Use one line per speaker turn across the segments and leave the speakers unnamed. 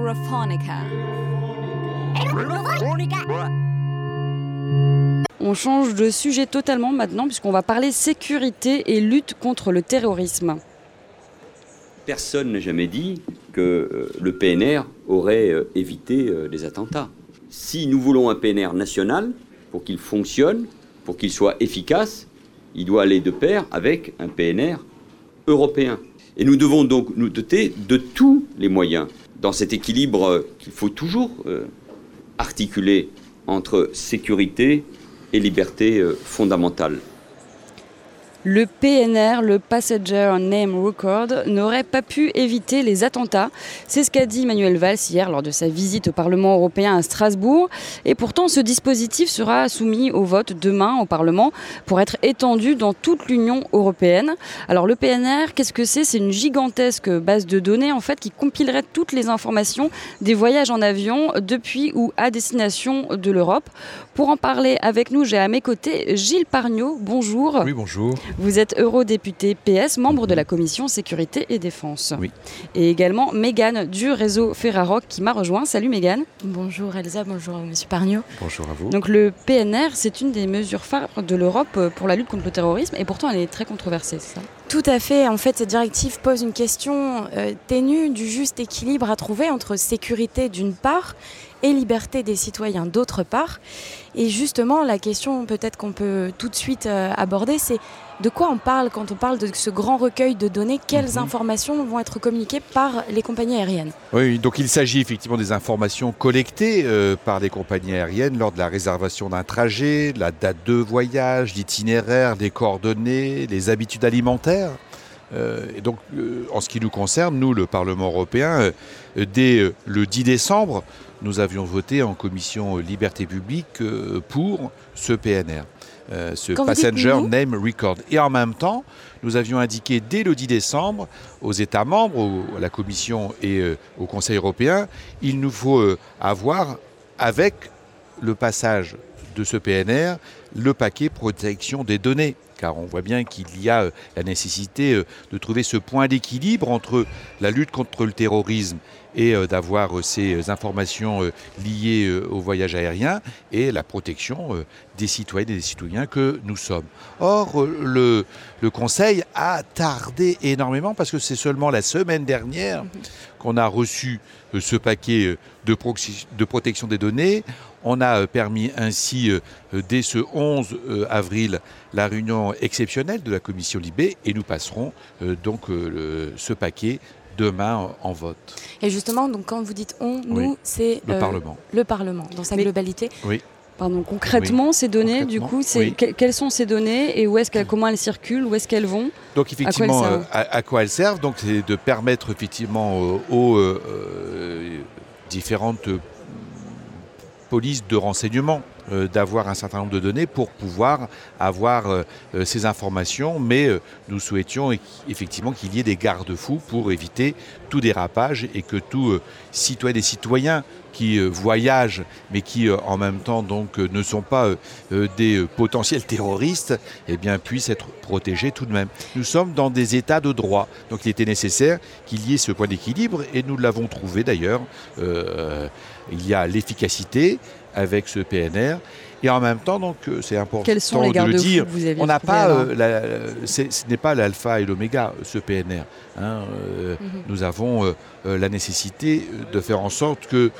Europhonica. On change de sujet totalement maintenant puisqu'on va parler sécurité et lutte contre le terrorisme.
Personne n'a jamais dit que le PNR aurait évité les attentats. Si nous voulons un PNR national, pour qu'il fonctionne, pour qu'il soit efficace, il doit aller de pair avec un PNR européen. Et nous devons donc nous doter de tous les moyens dans cet équilibre qu'il faut toujours articuler entre sécurité et liberté fondamentale.
Le PNR, le Passenger Name Record, n'aurait pas pu éviter les attentats. C'est ce qu'a dit Manuel Valls hier lors de sa visite au Parlement européen à Strasbourg. Et pourtant, ce dispositif sera soumis au vote demain au Parlement pour être étendu dans toute l'Union européenne. Alors le PNR, qu'est-ce que c'est ? C'est une gigantesque base de données en fait, qui compilerait toutes les informations des voyages en avion depuis ou à destination de l'Europe. Pour en parler avec nous, j'ai à mes côtés Gilles Pargnot. Bonjour.
Oui, bonjour.
Vous êtes eurodéputé PS, membre de la commission Sécurité et Défense.
Oui. Et
également Mégane du réseau Ferrarock qui m'a rejoint. Salut Mégane.
Bonjour Elsa, bonjour Monsieur Pargnot.
Bonjour à vous.
Donc le PNR, c'est une des mesures phares de l'Europe pour la lutte contre le terrorisme et pourtant elle est très controversée, c'est ça ?
Tout à fait. En fait, cette directive pose une question ténue du juste équilibre à trouver entre sécurité d'une part et liberté des citoyens d'autre part. Et justement, la question peut-être qu'on peut tout de suite aborder, c'est de quoi on parle quand on parle de ce grand recueil de données ? Quelles informations vont être communiquées par les compagnies aériennes ?
Oui, donc il s'agit effectivement des informations collectées par les compagnies aériennes lors de la réservation d'un trajet, la date de voyage, l'itinéraire, les coordonnées, les habitudes alimentaires. Et donc, en ce qui nous concerne, nous, le Parlement européen, dès le 10 décembre, nous avions voté en commission Liberté publique pour ce PNR, ce Passenger Name Record. Et en même temps, nous avions indiqué dès le 10 décembre aux États membres, à la Commission et au Conseil européen, il nous faut avoir, avec le passage de ce PNR, le paquet protection des données. Car on voit bien qu'il y a la nécessité de trouver ce point d'équilibre entre la lutte contre le terrorisme et d'avoir ces informations liées au voyage aérien et la protection des citoyennes et des citoyens que nous sommes. Or, le Conseil a tardé énormément parce que c'est seulement la semaine dernière qu'on a reçu ce paquet de protection des données. On a permis ainsi, dès ce 11 avril, la réunion exceptionnelle de la commission Libé et nous passerons donc ce paquet demain en vote.
Et justement, donc, quand vous dites « on », nous, c'est
le Parlement.
Le Parlement, dans sa globalité.
Oui.
Pardon, concrètement, ces données, du coup, quelles sont ces données et comment elles circulent, où est-ce qu'elles vont ?
Donc effectivement, à quoi elles servent ? Donc c'est de permettre effectivement aux différentes polices de renseignement d'avoir un certain nombre de données pour pouvoir avoir ces informations, mais nous souhaitions effectivement qu'il y ait des garde-fous pour éviter tout dérapage et que tout citoyen et citoyen qui voyagent mais qui en même temps donc ne sont pas des potentiels terroristes, eh bien puissent être protégés tout de même. Nous sommes dans des états de droit, donc il était nécessaire qu'il y ait ce point d'équilibre et nous l'avons trouvé d'ailleurs. Il y a l'efficacité avec ce PNR et en même temps donc c'est important de le dire, on n'a pas ce n'est pas l'alpha et l'oméga ce PNR. Nous avons la nécessité de faire en sorte que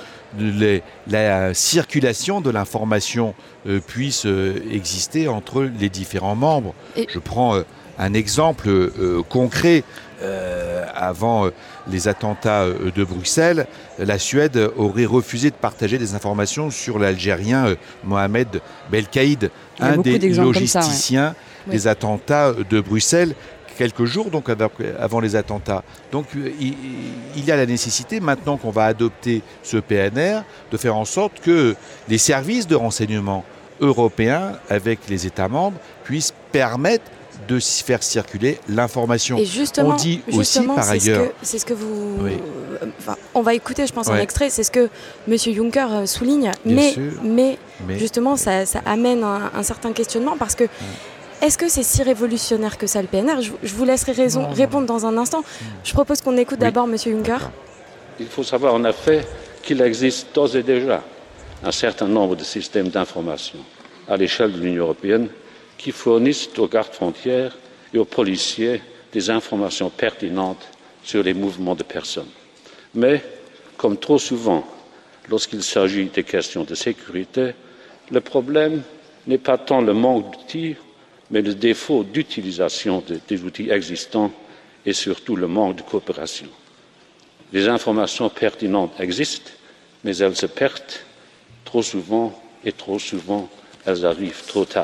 la circulation de l'information puisse exister entre les différents membres. Je prends un exemple concret. Avant les attentats de Bruxelles, la Suède aurait refusé de partager des informations sur l'Algérien Mohamed Belkaïd, un des logisticiens des attentats de Bruxelles, quelques jours donc avant les attentats. Donc il y a la nécessité, maintenant qu'on va adopter ce PNR, de faire en sorte que les services de renseignement européens avec les États membres puissent permettre de faire circuler l'information.
Et justement,
on dit aussi par ailleurs...
C'est ce que vous... Oui. On va écouter, je pense, un extrait. C'est ce que M. Juncker souligne. Mais justement, ça amène un certain questionnement parce que est-ce que c'est si révolutionnaire que ça, le PNR ? Je vous laisserai répondre dans un instant. Je propose qu'on écoute d'abord M. Juncker.
Il faut savoir en effet qu'il existe d'ores et déjà un certain nombre de systèmes d'information à l'échelle de l'Union européenne qui fournissent aux gardes-frontières et aux policiers des informations pertinentes sur les mouvements de personnes. Mais, comme trop souvent lorsqu'il s'agit des questions de sécurité, le problème n'est pas tant le manque d'outils, mais le défaut d'utilisation des outils existants et surtout le manque de coopération. Les informations pertinentes existent, mais elles se perdent trop souvent et trop souvent elles arrivent trop tard.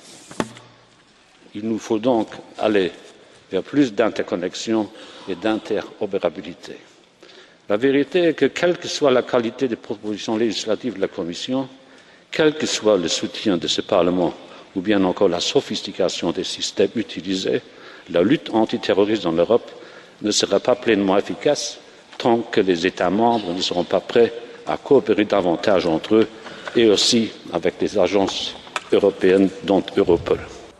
Il nous faut donc aller vers plus d'interconnexion et d'interopérabilité. La vérité est que, quelle que soit la qualité des propositions législatives de la Commission, quel que soit le soutien de ce Parlement ou bien encore la sophistication des systèmes utilisés, la lutte antiterroriste en Europe ne sera pas pleinement efficace tant que les États membres ne seront pas prêts à coopérer davantage entre eux et aussi avec les agences européennes, dont Europol.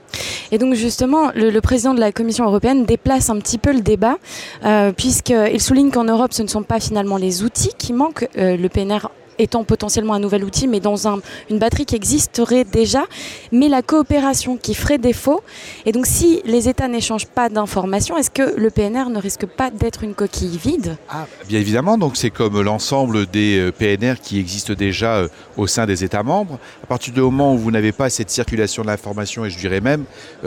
Et donc justement, le président de la Commission européenne déplace un petit peu le débat, puisqu'il souligne qu'en Europe, ce ne sont pas finalement les outils qui manquent, le PNR étant potentiellement un nouvel outil, mais dans une batterie qui existerait déjà, mais la coopération qui ferait défaut. Et donc si les États n'échangent pas d'informations, est-ce que le PNR ne risque pas d'être une coquille vide ?
Bien évidemment, donc c'est comme l'ensemble des PNR qui existent déjà au sein des États membres. À partir du moment où vous n'avez pas cette circulation de l'information, et je dirais même,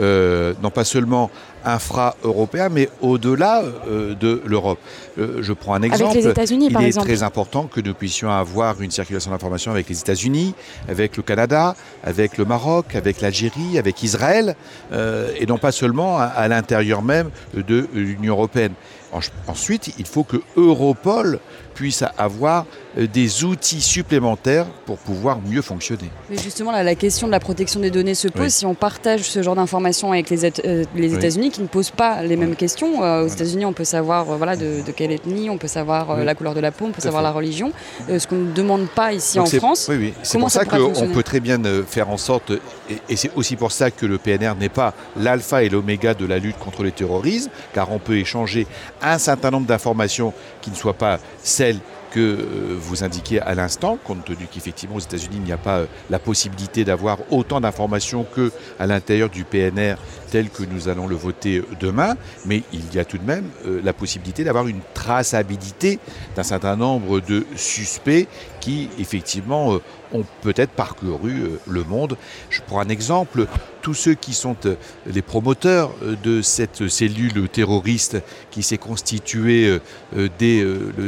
non pas seulement infra-européen, mais au-delà de l'Europe. Je prends un exemple.
Avec les États-Unis, par exemple.
Il est très important que nous puissions avoir une circulation d'informations avec les États-Unis, avec le Canada, avec le Maroc, avec l'Algérie, avec Israël, et non pas seulement à l'intérieur même de l'Union européenne. Ensuite, il faut que Europol puisse avoir des outils supplémentaires pour pouvoir mieux fonctionner.
Mais justement, là, la question de la protection des données se pose. Oui. Si on partage ce genre d'informations avec les États-Unis, qui ne posent pas les mêmes questions. Aux États-Unis, on peut savoir de quelle ethnie, on peut savoir la couleur de la peau, on peut savoir la religion. Ce qu'on ne demande pas ici en France.
Oui. C'est pour ça qu'on peut très bien faire en sorte, et c'est aussi pour ça que le PNR n'est pas l'alpha et l'oméga de la lutte contre le terrorisme, car on peut échanger un certain nombre d'informations qui ne soient pas celles que vous indiquiez à l'instant, compte tenu qu'effectivement aux États-Unis il n'y a pas la possibilité d'avoir autant d'informations qu'à l'intérieur du PNR tel que nous allons le voter demain, mais il y a tout de même la possibilité d'avoir une traçabilité d'un certain nombre de suspects qui effectivement ont peut-être parcouru le monde. Je prends un exemple, tous ceux qui sont les promoteurs de cette cellule terroriste qui s'est constituée dès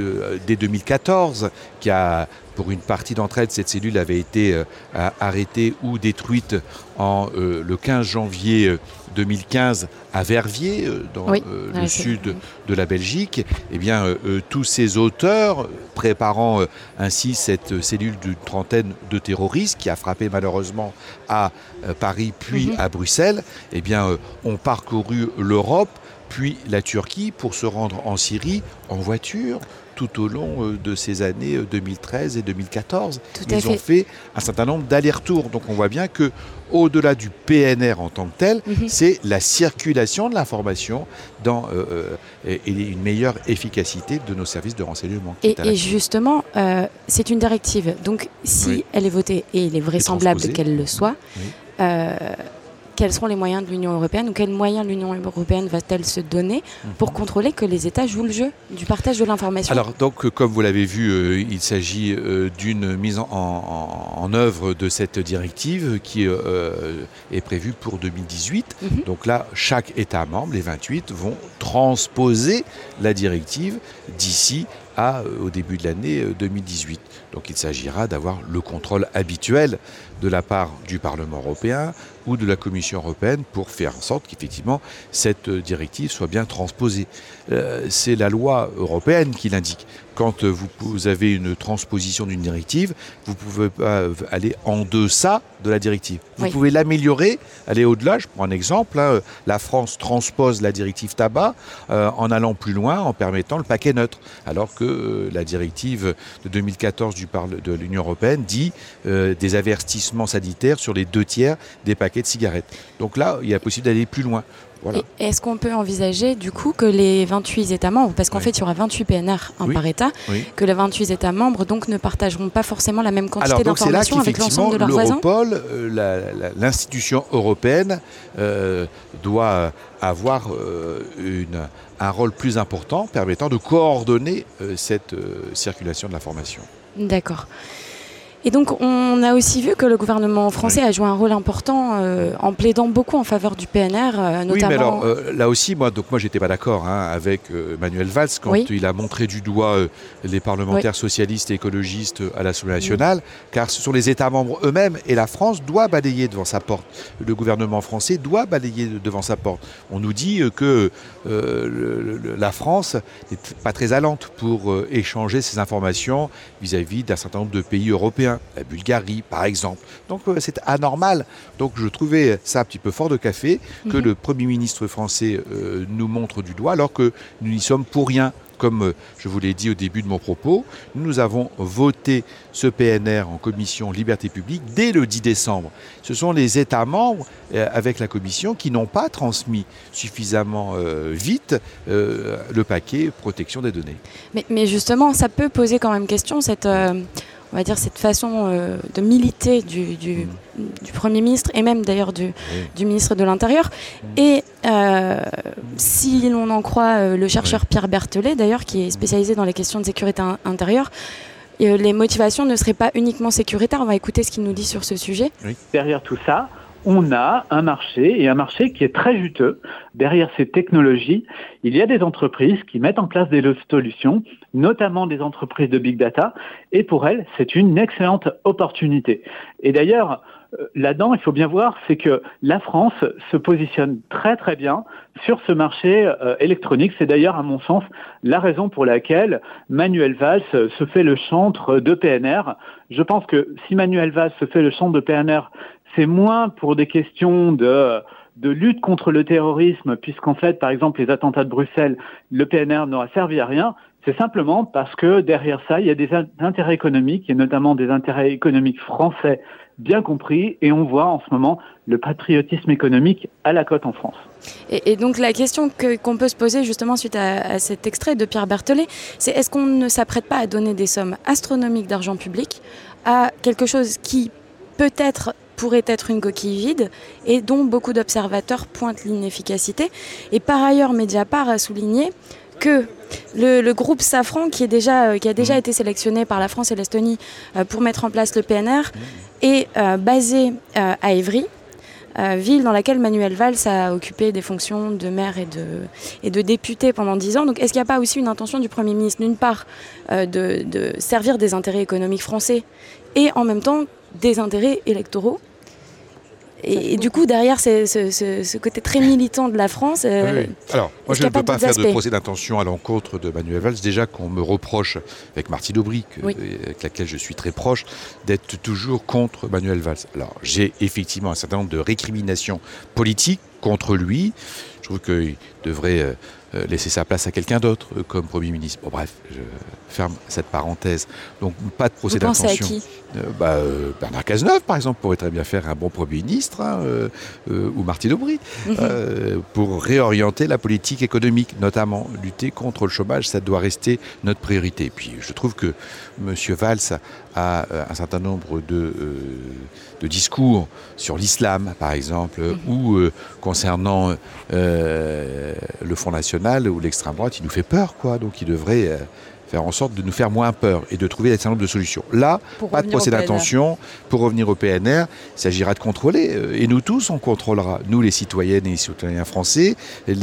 2014, qui a, pour une partie d'entre elles, cette cellule avait été arrêtée ou détruite le 15 janvier 2015 à Verviers, dans le sud de la Belgique. Eh bien, tous ces auteurs, préparant ainsi cette cellule d'une trentaine de terroristes qui a frappé malheureusement à Paris puis à Bruxelles, eh bien, ont parcouru l'Europe puis la Turquie pour se rendre en Syrie en voiture tout au long de ces années 2013 et 2014. Ils ont fait un certain nombre d'allers-retours. Donc on voit bien que au-delà du PNR en tant que tel, c'est la circulation de l'information et une meilleure efficacité de nos services de renseignement.
Et justement, c'est une directive. Donc si elle est votée, et il est vraisemblable qu'elle le soit, quels seront les moyens de l'Union européenne ou quels moyens l'Union européenne va-t-elle se donner pour contrôler que les États jouent le jeu du partage de l'information ?
Alors, donc, comme vous l'avez vu, il s'agit d'une mise en œuvre de cette directive qui est prévue pour 2018. Donc là, chaque État membre, les 28, vont transposer la directive d'ici au début de l'année 2018. Donc il s'agira d'avoir le contrôle habituel de la part du Parlement européen ou de la Commission européenne pour faire en sorte qu'effectivement cette directive soit bien transposée. C'est la loi européenne qui l'indique. Quand vous avez une transposition d'une directive, vous ne pouvez pas aller en deçà de la directive. Vous pouvez l'améliorer, aller au-delà. Je prends un exemple. La France transpose la directive tabac en allant plus loin, en permettant le paquet neutre. Alors que la directive de 2014 de l'Union européenne dit des avertissements sanitaires sur les 2 tiers des paquets de cigarettes. Donc là, il y a possible d'aller plus loin. Voilà.
Et est-ce qu'on peut envisager du coup que les 28 États membres, parce qu'en fait il y aura 28 PNR, un par État, que les 28 États membres donc ne partageront pas forcément la même quantité d'informations avec l'ensemble de leurs voisins ?
L'Europol, l'institution européenne, doit avoir un rôle plus important permettant de coordonner cette circulation de l'information.
D'accord. Et donc, on a aussi vu que le gouvernement français a joué un rôle important en plaidant beaucoup en faveur du PNR, notamment...
Oui, mais alors, là aussi, moi, j'étais pas d'accord avec Manuel Valls quand il a montré du doigt les parlementaires socialistes et écologistes à l'Assemblée nationale, car ce sont les États membres eux-mêmes, et la France doit balayer devant sa porte. Le gouvernement français doit balayer devant sa porte. On nous dit que la France n'est pas très allante pour échanger ces informations vis-à-vis d'un certain nombre de pays européens. La Bulgarie, par exemple. Donc c'est anormal. Donc je trouvais ça un petit peu fort de café que le Premier ministre français nous montre du doigt alors que nous n'y sommes pour rien. Comme je vous l'ai dit au début de mon propos, nous avons voté ce PNR en commission Liberté publique dès le 10 décembre. Ce sont les États membres, avec la commission, qui n'ont pas transmis suffisamment vite le paquet protection des données.
Mais justement, ça peut poser quand même question, on va dire cette façon de militer du Premier ministre et même d'ailleurs du ministre de l'Intérieur. Et si l'on en croit le chercheur Pierre Berthelet, d'ailleurs, qui est spécialisé dans les questions de sécurité intérieure, les motivations ne seraient pas uniquement sécuritaires. On va écouter ce qu'il nous dit sur ce sujet.
Derrière tout ça, on a un marché, et un marché qui est très juteux. Derrière ces technologies, il y a des entreprises qui mettent en place des solutions, notamment des entreprises de big data, et pour elles, c'est une excellente opportunité. Et d'ailleurs, là-dedans, il faut bien voir, c'est que la France se positionne très très bien sur ce marché électronique. C'est d'ailleurs, à mon sens, la raison pour laquelle Manuel Valls se fait le chantre de PNR. Je pense que si Manuel Valls se fait le chantre de PNR, c'est moins pour des questions de lutte contre le terrorisme, puisqu'en fait, par exemple, les attentats de Bruxelles, le PNR n'aura servi à rien. C'est simplement parce que derrière ça, il y a des intérêts économiques, et notamment des intérêts économiques français bien compris, et on voit en ce moment le patriotisme économique à la cote en France.
Et donc la question qu'on peut se poser justement suite à cet extrait de Pierre Berthelet, c'est est-ce qu'on ne s'apprête pas à donner des sommes astronomiques d'argent public à quelque chose qui peut-être pourrait être une coquille vide et dont beaucoup d'observateurs pointent l'inefficacité. Et par ailleurs, Mediapart a souligné que le groupe Safran, qui a déjà été sélectionné par la France et l'Estonie pour mettre en place le PNR, est basé à Évry, ville dans laquelle Manuel Valls a occupé des fonctions de maire et de député pendant 10 ans. Donc est-ce qu'il n'y a pas aussi une intention du Premier ministre, d'une part, de servir des intérêts économiques français et en même temps des intérêts électoraux ? Et du coup, derrière ce côté très militant de la France...
Alors, moi, je ne peux pas faire de procès d'intention à l'encontre de Manuel Valls. Déjà qu'on me reproche, avec Martine Aubry, avec laquelle je suis très proche, d'être toujours contre Manuel Valls. Alors, j'ai effectivement un certain nombre de récriminations politiques contre lui. Je trouve qu'il devrait laisser sa place à quelqu'un d'autre comme Premier ministre. Bon, bref, je ferme cette parenthèse. Donc, pas de procès d'intention.
Vous pensez à qui ?
Bernard Cazeneuve, par exemple, pourrait très bien faire un bon Premier ministre, ou Martine Aubry, pour réorienter la politique économique, notamment lutter contre le chômage. Ça doit rester notre priorité. Et puis, je trouve que M. Valls a un certain nombre de discours sur l'islam, par exemple, ou concernant le Front National ou l'extrême droite, il nous fait peur, quoi. Donc, il devrait faire en sorte de nous faire moins peur et de trouver un certain nombre de solutions. Là, pas de procès d'intention. Pour revenir au PNR, il s'agira de contrôler. Et nous tous, on contrôlera. Nous, les citoyennes et les citoyens français,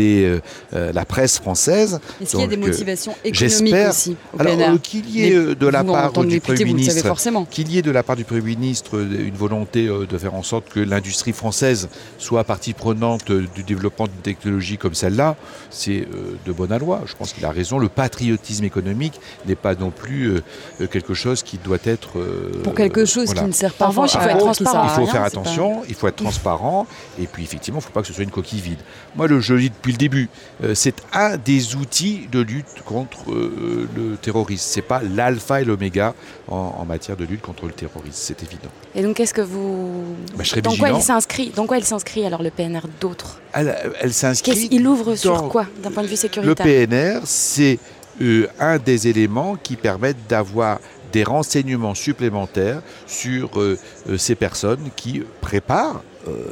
la presse française.
Est-ce qu'il y a des motivations économiques aussi au PNR ?
Alors, qu'il y ait de la part du Premier ministre, qu'il y ait de la part du Premier ministre une volonté de faire en sorte que l'industrie française soit partie prenante du développement d'une technologie comme celle-là, c'est de bonne aloi. Je pense qu'il a raison. Le patriotisme économique n'est pas non plus quelque chose qui doit être...
pour quelque chose qui ne sert pas.
Parfois, il faut être transparent.
Il faut faire attention, il faut être transparent, et puis effectivement, il ne faut pas que ce soit une coquille vide. Moi, je le dis depuis le début, c'est un des outils de lutte contre le terrorisme. Ce n'est pas l'alpha et l'oméga en matière de lutte contre le terrorisme, c'est évident.
Et donc, qu'est-ce que vous... Dans quoi il s'inscrit alors le PNR d'autres?
Elle s'inscrit...
Il ouvre sur quoi, d'un point de vue sécuritaire?
Le PNR, c'est un des éléments qui permettent d'avoir des renseignements supplémentaires sur ces personnes qui préparent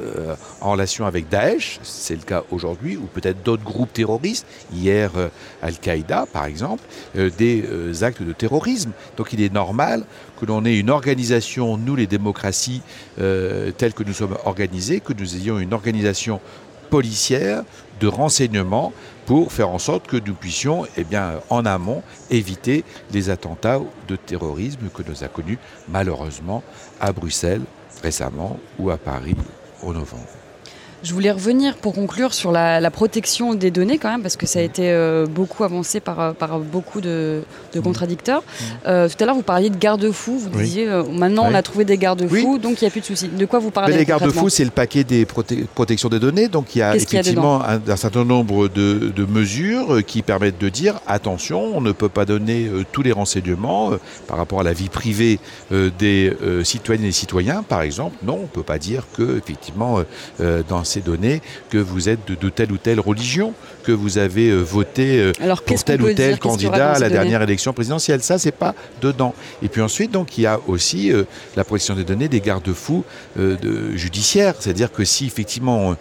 en relation avec Daesh, c'est le cas aujourd'hui, ou peut-être d'autres groupes terroristes, hier Al-Qaïda par exemple, des actes de terrorisme. Donc il est normal que l'on ait une organisation, nous les démocraties telles que nous sommes organisées, que nous ayons une organisation policière de renseignement pour faire en sorte que nous puissions, en amont, éviter les attentats de terrorisme que nous avons connus malheureusement à Bruxelles récemment ou à Paris au novembre.
Je voulais revenir pour conclure sur la protection des données quand même, parce que ça a été beaucoup avancé par beaucoup de contradicteurs. Tout à l'heure, vous parliez de garde-fous. Vous disiez, maintenant on a trouvé des garde-fous, donc il n'y a plus de soucis. De quoi vous parlez?
Les garde-fous, c'est le paquet des protections des données. Donc il y a effectivement un certain nombre de mesures qui permettent de dire, attention, on ne peut pas donner tous les renseignements par rapport à la vie privée des citoyennes et citoyens, par exemple. Non, on ne peut pas dire que, effectivement, dans ces données, que vous êtes de telle ou telle religion, que vous avez voté pour tel ou tel candidat à la dernière élection présidentielle. Ça, c'est pas dedans. Et puis ensuite, donc, il y a aussi la protection des données, des garde-fous judiciaires. C'est-à-dire que si, effectivement,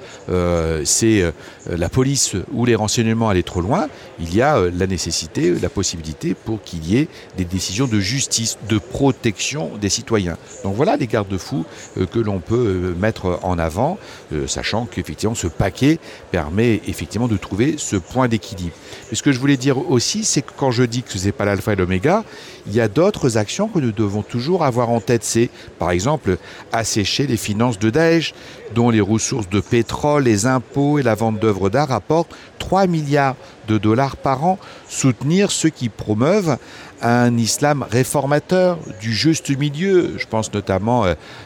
c'est la police ou les renseignements allaient trop loin, il y a la nécessité, la possibilité pour qu'il y ait des décisions de justice, de protection des citoyens. Donc voilà les garde-fous que l'on peut mettre en avant, sachant qu'effectivement ce paquet permet effectivement de trouver ce point d'équilibre. Mais ce que je voulais dire aussi, c'est que quand je dis que ce n'est pas l'alpha et l'oméga, il y a d'autres actions que nous devons toujours avoir en tête. C'est par exemple assécher les finances de Daesh, dont les ressources de pétrole, les impôts et la vente d'œuvres d'art rapportent 3 milliards de dollars par an, soutenir ceux qui promeuvent un islam réformateur du juste milieu. Je pense notamment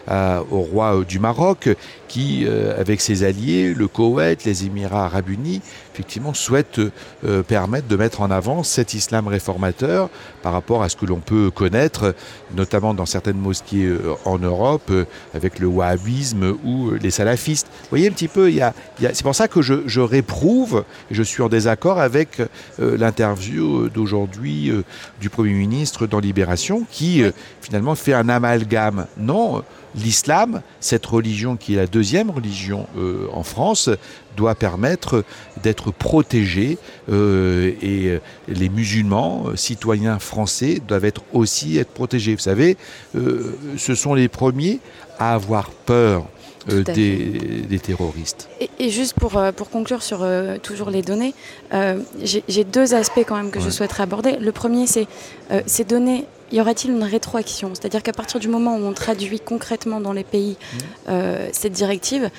au roi du Maroc qui, avec ses alliés, le Koweït, les Émirats arabes unis, effectivement souhaite permettre de mettre en avant cet islam réformateur par rapport à ce que l'on peut connaître, notamment dans certaines mosquées en Europe, avec le wahhabisme ou les salafistes. Vous voyez un petit peu, c'est pour ça que je réprouve, et je suis en désaccord avec l'interview d'aujourd'hui du Premier ministre dans Libération, qui finalement fait un amalgame. Non, l'islam, cette religion qui est la deuxième religion en France, doit permettre d'être protégé et les musulmans, citoyens français, doivent être protégés. Vous savez, ce sont les premiers à avoir peur des terroristes.
Et juste pour conclure sur toujours les données, j'ai deux aspects quand même que je souhaiterais aborder. Le premier, c'est ces données, y aura-t-il une rétroaction? C'est-à-dire qu'à partir du moment où on traduit concrètement dans les pays cette directive,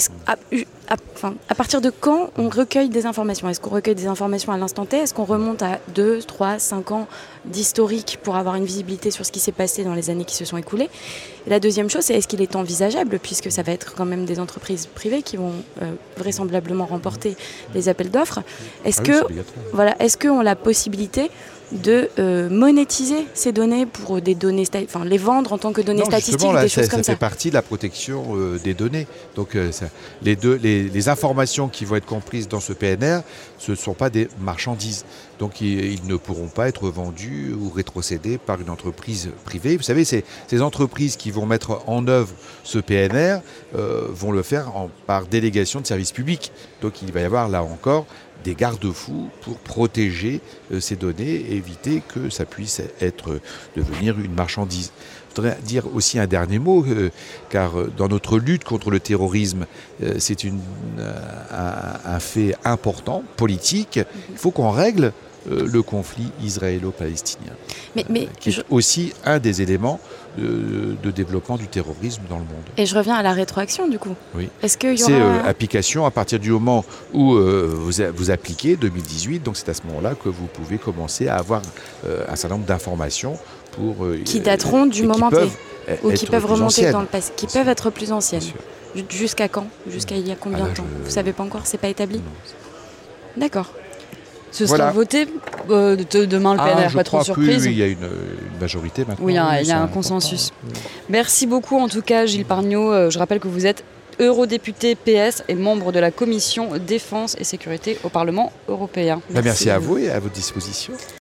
à partir de quand on recueille des informations? Est-ce qu'on recueille des informations à l'instant T? Est-ce qu'on remonte à 2, 3, 5 ans d'historique pour avoir une visibilité sur ce qui s'est passé dans les années qui se sont écoulées? Et la deuxième chose, c'est est-ce qu'il est envisageable, puisque ça va être quand même des entreprises privées qui vont vraisemblablement remporter les appels d'offres, est-ce qu'on a la possibilité de monétiser ces données pour des données, les vendre en tant que données statistiques, des choses comme ça?
Ça fait partie de la protection des données. Donc les informations qui vont être comprises dans ce PNR, ce ne sont pas des marchandises. Donc ils ne pourront pas être vendus ou rétrocédés par une entreprise privée. Vous savez, ces entreprises qui vont mettre en œuvre ce PNR vont le faire par délégation de service public. Donc il va y avoir là encore des garde-fous pour protéger ces données et éviter que ça puisse devenir une marchandise. Je voudrais dire aussi un dernier mot, car dans notre lutte contre le terrorisme, c'est un fait important, politique. Il faut qu'on règle le conflit israélo-palestinien,
mais
qui est aussi un des éléments de développement du terrorisme dans le monde.
Et je reviens à la rétroaction du coup.
Oui.
Est-ce qu'il y
aura... C'est
application
à partir du moment où vous appliquez 2018, donc c'est à ce moment-là que vous pouvez commencer à avoir un certain nombre d'informations
qui dateront du moment T, ou qui peuvent remonter
anciennes.
Dans le passé, qui peuvent être plus anciennes. Jusqu'à quand? Jusqu'à il y a combien de temps? Vous ne savez pas encore? C'est pas établi?
Non.
D'accord.
Ce sera voté demain, le PNR, pas trop surprise.
Oui, il y a une majorité maintenant.
Oui, il y a un consensus. Merci beaucoup en tout cas, Gilles Pargneaux. Je rappelle que vous êtes eurodéputé PS et membre de la commission Défense et Sécurité au Parlement européen.
Merci à vous et à votre disposition.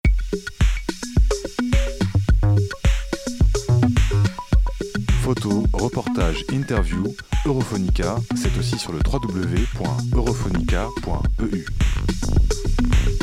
Photos, reportages, interviews, Europhonica, c'est aussi sur le www.europhonica.eu.